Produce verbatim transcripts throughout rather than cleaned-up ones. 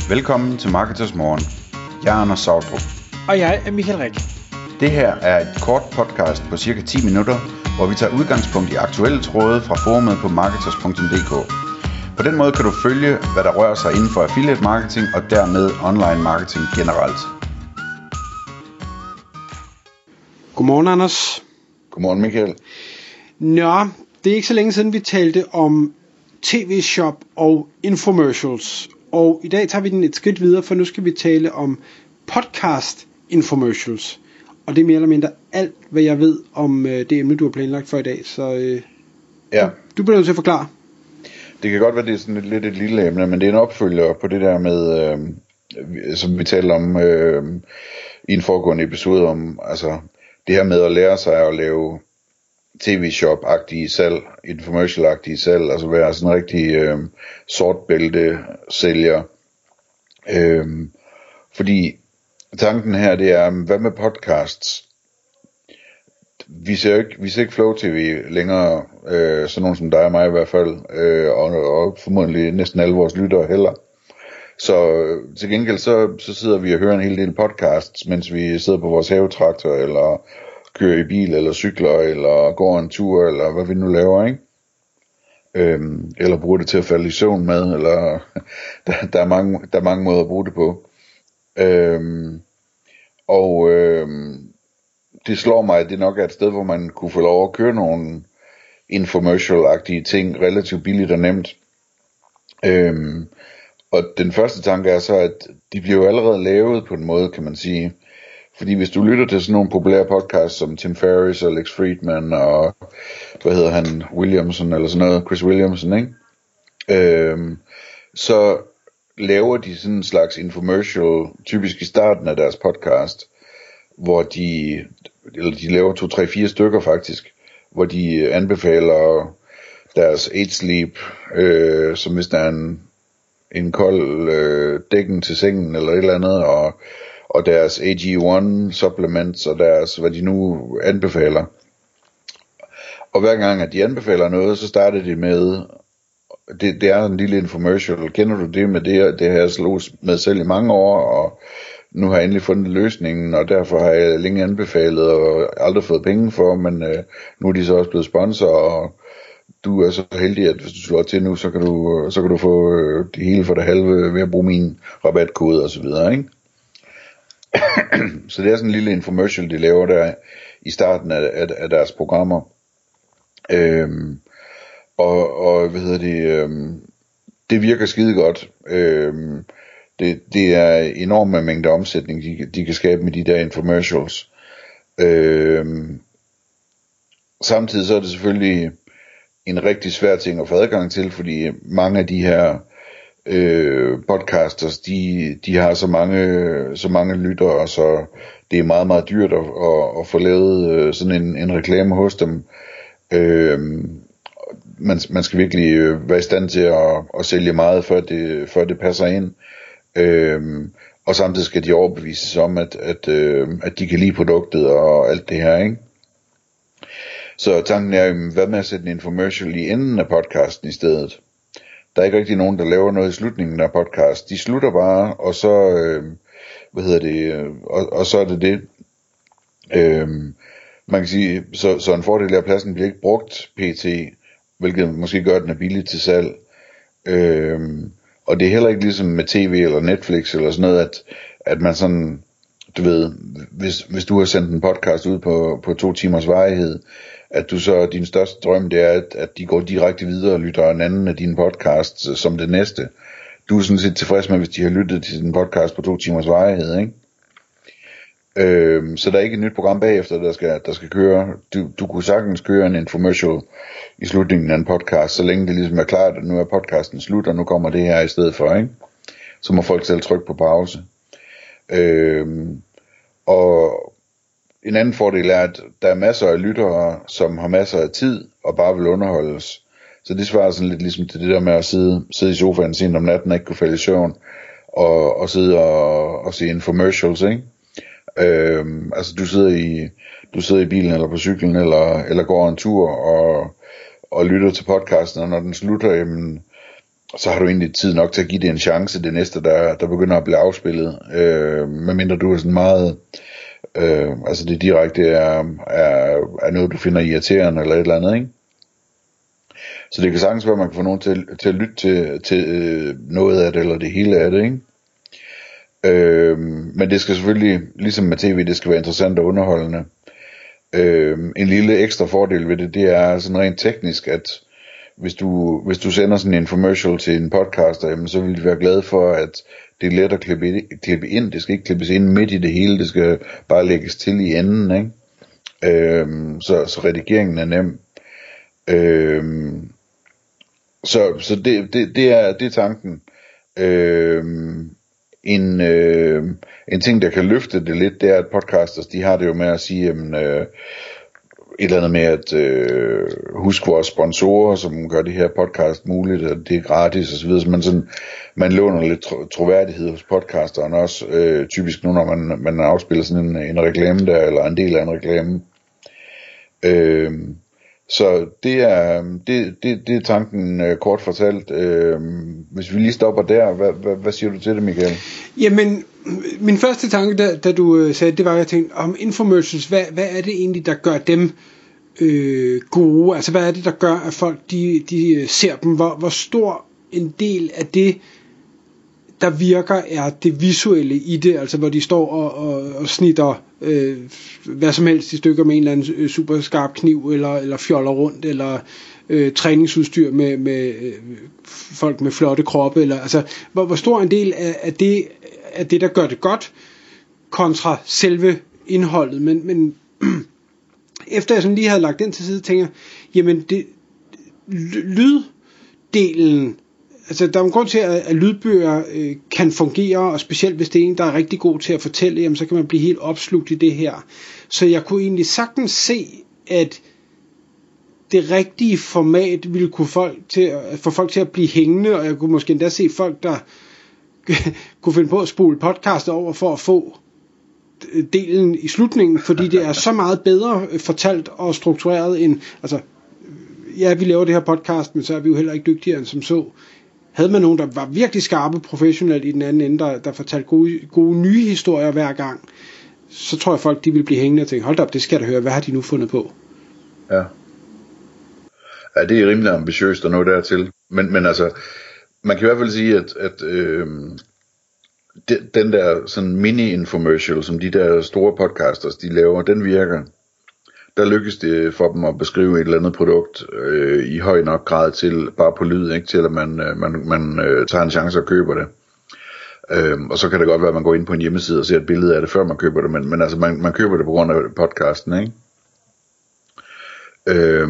Velkommen til Marketers Morgen. Jeg er Anders Sautrup. Og jeg er Michael Rik. Det her er et kort podcast på cirka ti minutter, hvor vi tager udgangspunkt i aktuelle tråde fra forumet på marketers punktum d k. På den måde kan du følge, hvad der rører sig inden for affiliate marketing og dermed online marketing generelt. Godmorgen, Anders. Godmorgen, Michael. Nå, det er ikke så længe siden, vi talte om tv-shop og infomercials. Og i dag tager vi den et skridt videre, for nu skal vi tale om podcast infomercials. Og det er mere eller mindre alt, hvad jeg ved om øh, det emne, du har planlagt for i dag. Så øh, ja. du, du bliver nødt til at forklare. Det kan godt være, det er sådan et, lidt et lille emne, men det er en opfølger på det der med, øh, som vi talte om øh, i en foregående episode om, altså det her med at lære sig at lave tv-shop-agtige salg, infomercial-agtige salg, altså være sådan en rigtig øh, sortbælte-sælger. Øh, fordi tanken her, det er, hvad med podcasts? Vi ser ikke, vi ser ikke Flow T V længere, øh, sådan nogen som dig og mig i hvert fald, øh, og, og formodentlig næsten alle vores lyttere heller. Så øh, til gengæld så, så sidder vi og hører en hel del podcasts, mens vi sidder på vores havetraktor, eller kører i bil, eller cykler, eller går en tur, eller hvad vi nu laver, ikke? Øhm, eller bruger det til at falde i søvn med, eller der, der, er mange, der er mange måder at bruge det på. Øhm, og øhm, det slår mig, at det nok er et sted, hvor man kunne få lov at køre nogle infomercial-agtige ting relativt billigt og nemt. Øhm, og den første tanke er så, at de bliver jo allerede lavet på en måde, kan man sige. Fordi hvis du lytter til sådan nogle populære podcasts som Tim Ferriss og Lex Fridman og hvad hedder han, Williamson eller sådan noget, Chris Williamson, ikke? Øhm, så laver de sådan en slags infomercial, typisk i starten af deres podcast, hvor de, eller de laver to, tre, fire stykker faktisk, hvor de anbefaler deres eight sleep, øh, som hvis der er en, en kold øh, dækken til sengen eller et eller andet, og og deres A G one supplements, og deres, hvad de nu anbefaler. Og hver gang, at de anbefaler noget, så starter de med, det, det er en lille infomercial, kender du det med det, det har jeg slået med selv i mange år, og nu har jeg endelig fundet løsningen, og derfor har jeg længe anbefalet, og aldrig fået penge for, men øh, nu er de så også blevet sponsor, og du er så heldig, at hvis du slår til nu, så kan du, så kan du få øh, det hele for det halve ved at bruge min rabatkode og så videre, ikke? Så det er sådan en lille infomercial, de laver der i starten af, af, af deres programmer. Øhm, og, og hvad hedder det, øhm, det virker skide godt. Øhm, det, det er enorme mængder omsætning, de, de kan skabe med de der infomercials. Øhm, samtidig så er det selvfølgelig en rigtig svær ting at få adgang til, fordi mange af de her Øh, podcasters, de, de har så mange, så mange lyttere, så det er meget, meget dyrt at, at, at få lavet øh, sådan en, en reklame hos dem. Øh, man, man skal virkelig øh, være i stand til at, at sælge meget, før det, før det passer ind. Øh, og samtidig skal de overbevises om, at, at, øh, at de kan lide produktet og alt det her, ikke? Så tanken er, hvad med at sætte en infomercial i enden af podcasten i stedet? Der er ikke rigtig nogen, der laver noget i slutningen af podcast. De slutter bare, og så, øh, hvad hedder det, øh, og, og så er det det. Øh, man kan sige, så, så en fordel af pladsen bliver ikke brugt pt, hvilket måske gør, at den er billig til salg. Øh, og det er heller ikke ligesom med tv eller Netflix eller sådan noget, at, at man sådan, du ved, hvis, hvis du har sendt en podcast ud på, på to timers varighed, at du så, din største drøm, det er, at, at de går direkte videre og lytter en anden af dine podcasts som det næste. Du er sådan set tilfreds med, hvis de har lyttet til din podcast på to timers varighed, ikke? Øhm, så der er ikke et nyt program bagefter, der skal, der skal køre. Du, du kunne sagtens køre en infomercial i slutningen af en podcast, så længe det ligesom er klart, at nu er podcasten slut, og nu kommer det her i stedet for, ikke? Så må folk selv trykke på pause. Øhm, og en anden fordel er, at der er masser af lyttere, som har masser af tid og bare vil underholdes. Så det svarer sådan lidt ligesom til det der med at sidde, sidde i sofaen sent om natten og ikke kunne falde i søvn, og, og sidde og, og se infomercials, ikke? Øhm, altså du sidder i du sidder i bilen eller på cyklen eller eller går en tur og og lytter til podcasten, og når den slutter, jamen så har du egentlig tid nok til at give det en chance, det næste, der, der begynder at blive afspillet. Øh, medmindre du er sådan meget, øh, altså det direkte er, er, er noget, du finder irriterende eller et eller andet, ikke? Så det kan sagtens være, at man kan få nogen til, til at lytte til, til øh, noget af det, eller det hele af det, ikke? Øh, men det skal selvfølgelig, ligesom med tv, det skal være interessant og underholdende. Øh, en lille ekstra fordel ved det, det er sådan rent teknisk, at hvis du, hvis du sender sådan en infomercial til en podcaster, jamen, så vil de være glade for, at det er let at klippe, klippe ind. Det skal ikke klippes ind midt i det hele, det skal bare lægges til i enden, ikke? Øh, så, så redigeringen er nem. Øh, så så det, det, det, er, det er tanken. Øh, En, øh, en ting, der kan løfte det lidt, det er, at podcasters, de har det jo med at sige, jamen, øh, et eller andet med at øh, huske vores sponsorer, som gør det her podcast muligt, og det er gratis osv., så man, sådan, man låner lidt tro- troværdighed hos podcasteren også, øh, typisk nu, når man, man afspiller sådan en, en reklame der, eller en del af en reklame. Øh, Så det er, det, det, det er tanken øh, kort fortalt. Øh, hvis vi lige stopper der, hvad, hvad, hvad siger du til det, Michael? Jamen, min første tanke, da, da du øh, sagde det, var, at jeg tænkte, om infomercials, hvad, hvad er det egentlig, der gør dem øh, gode? Altså, hvad er det, der gør, at folk de, de ser dem? Hvor, hvor stor en del af det, der virker, er det visuelle i det, altså hvor de står og, og, og snitter øh, hvad som helst i stykker med en eller anden super skarp kniv, eller, eller fjoller rundt, eller øh, træningsudstyr med, med øh, folk med flotte kroppe, eller, altså hvor, hvor stor en del af, af, det, af det, der gør det godt, kontra selve indholdet. Men, men efter jeg sådan lige havde lagt den til side, tænker jeg, jamen det, lyddelen, altså der er en grund til, at, at lydbøger øh, kan fungere, og specielt hvis det er en, der er rigtig god til at fortælle, jamen, så kan man blive helt opslugt i det her. Så jeg kunne egentlig sagtens se, at det rigtige format ville kunne folk til, at få folk til at blive hængende, og jeg kunne måske endda se folk, der kunne finde på at spole podcast over for at få delen i slutningen, fordi det er så meget bedre fortalt og struktureret end, altså ja, vi laver det her podcast, men så er vi jo heller ikke dygtigere end som så. Havde man nogen, der var virkelig skarpe professionelt i den anden ende, der, der fortalte gode, gode nye historier hver gang, så tror jeg folk, de vil blive hængende og tænke, hold da op, det skal jeg da høre, hvad har de nu fundet på? Ja. Ja, det er rimelig ambitiøst at nå dertil. Men, men altså, man kan i hvert fald sige, at, at øh, de, den der sådan mini-infomercial, som de der store podcasters, de laver, den virker. Der lykkes det for dem at beskrive et eller andet produkt øh, i høj nok grad til, bare på lyd, ikke, til at man, øh, man, man øh, tager en chance og køber det. Øh, og så kan det godt være, at man går ind på en hjemmeside og ser et billede af det, før man køber det, men, men altså, man, man køber det på grund af podcasten, ikke? Øh,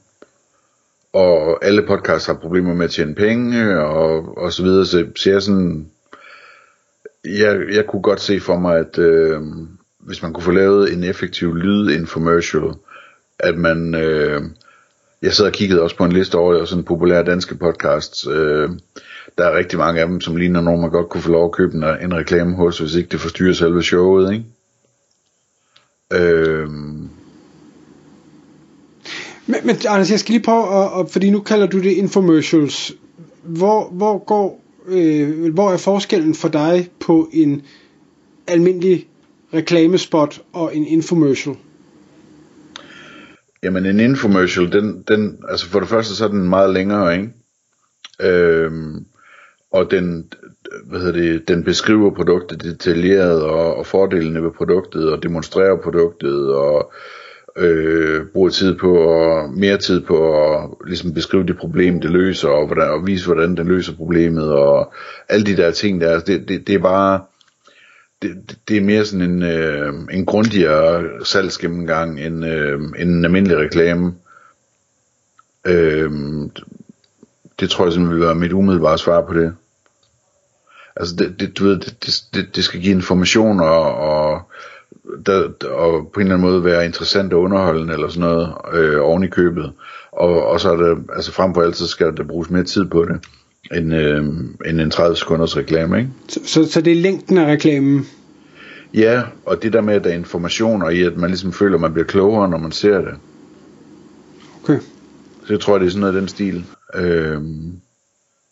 og alle podcasts har problemer med at tjene penge, og, og så videre, så, så jeg sådan, jeg, jeg kunne godt se for mig, at øh, hvis man kunne få lavet en effektiv lyd-infomercial, at man, øh, jeg sad og kiggede også på en liste over sådan populære danske podcasts, øh, der er rigtig mange af dem, som ligner nogen, man godt kunne få lov at købe en, en reklame hos, hvis ikke det forstyrrer selve showet, ikke? Øh, Men, men Anders, jeg skal lige prøve at, at, fordi nu kalder du det infomercials. Hvor, hvor går, øh, hvor er forskellen for dig på en almindelig reklamespot og en infomercial? Jamen en infomercial, den, den, altså for det første så er den meget længere, ikke? Øhm, og den, hvad hedder det, den beskriver produktet detaljeret og, og fordelene ved produktet og demonstrerer produktet og øh, bruger tid på og mere tid på at ligesom beskrive det problem det løser og, hvordan, og vise hvordan den løser problemet og alle de der ting der. Det, det, det er bare det, det er mere sådan en øh, en grundigere salgsgennemgang end, øh, end en almindelig reklame. Øh, det tror jeg simpelthen vil være mit umiddelbare svar på det. Altså det, det du ved det, det, det skal give information og, og Der, og på en eller anden måde være interessant og underholdende eller sådan noget øh, oven i købet, og, og så er det, altså frem for alt, så skal der bruges mere tid på det end, øh, end en tredive sekunders reklame, ikke? Så, så, så det er længden af reklamen? Ja, og det der med at der er information og i at man ligesom føler at man bliver klogere når man ser det. Okay. Så jeg tror det er sådan noget af den stil. øh,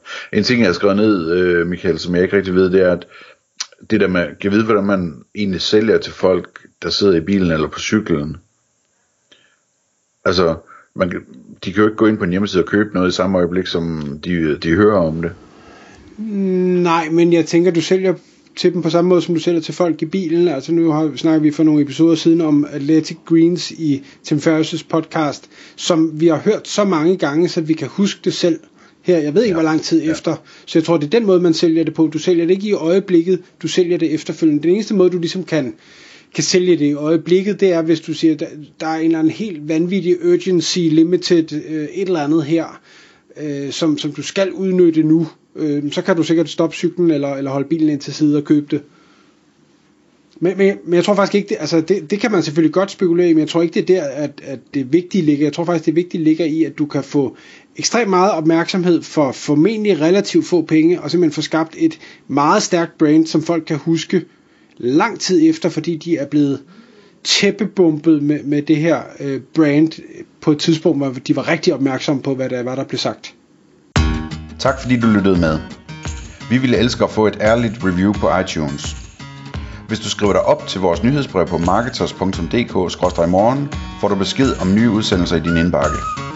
En ting, jeg har skrevet ned, øh, Michael, som jeg ikke rigtig ved, det er, at det der med, kan vide, hvordan man egentlig sælger til folk, der sidder i bilen eller på cyklen. Altså, man, de kan jo ikke gå ind på en hjemmeside og købe noget i samme øjeblik, som de, de hører om det. Nej, men jeg tænker, du sælger til dem på samme måde, som du sælger til folk i bilen. Altså nu har, snakker vi for nogle episoder siden om Athletic Greens i Tim Ferriss' podcast, som vi har hørt så mange gange, så vi kan huske det selv her. Jeg ved ikke, ja. hvor lang tid ja. efter. Så jeg tror, det er den måde, man sælger det på. Du sælger det ikke i øjeblikket, du sælger det efterfølgende. Den eneste måde, du ligesom kan, kan sælge det i øjeblikket, det er, hvis du siger, der, der er en eller anden helt vanvittig urgency limited øh, et eller andet her, øh, som, som du skal udnytte nu. Øh, så kan du sikkert stoppe cyklen eller, eller holde bilen ind til side og købe det. Men, men, men jeg tror faktisk ikke, det, altså det, det kan man selvfølgelig godt spekulere i, men jeg tror ikke, det er der, at, at det vigtige ligger. Jeg tror faktisk, det vigtige ligger i, at du kan få ekstremt meget opmærksomhed for formentlig relativt få penge, og simpelthen få skabt et meget stærkt brand, som folk kan huske lang tid efter, fordi de er blevet tæppebumpet med, med det her øh, brand på et tidspunkt, hvor de var rigtig opmærksomme på, hvad der var, der blev sagt. Tak fordi du lyttede med. Vi ville elske at få et ærligt review på iTunes. Hvis du skriver dig op til vores nyhedsbrev på marketers punktum d k skråstreg morgen, får du besked om nye udsendelser i din indbakke.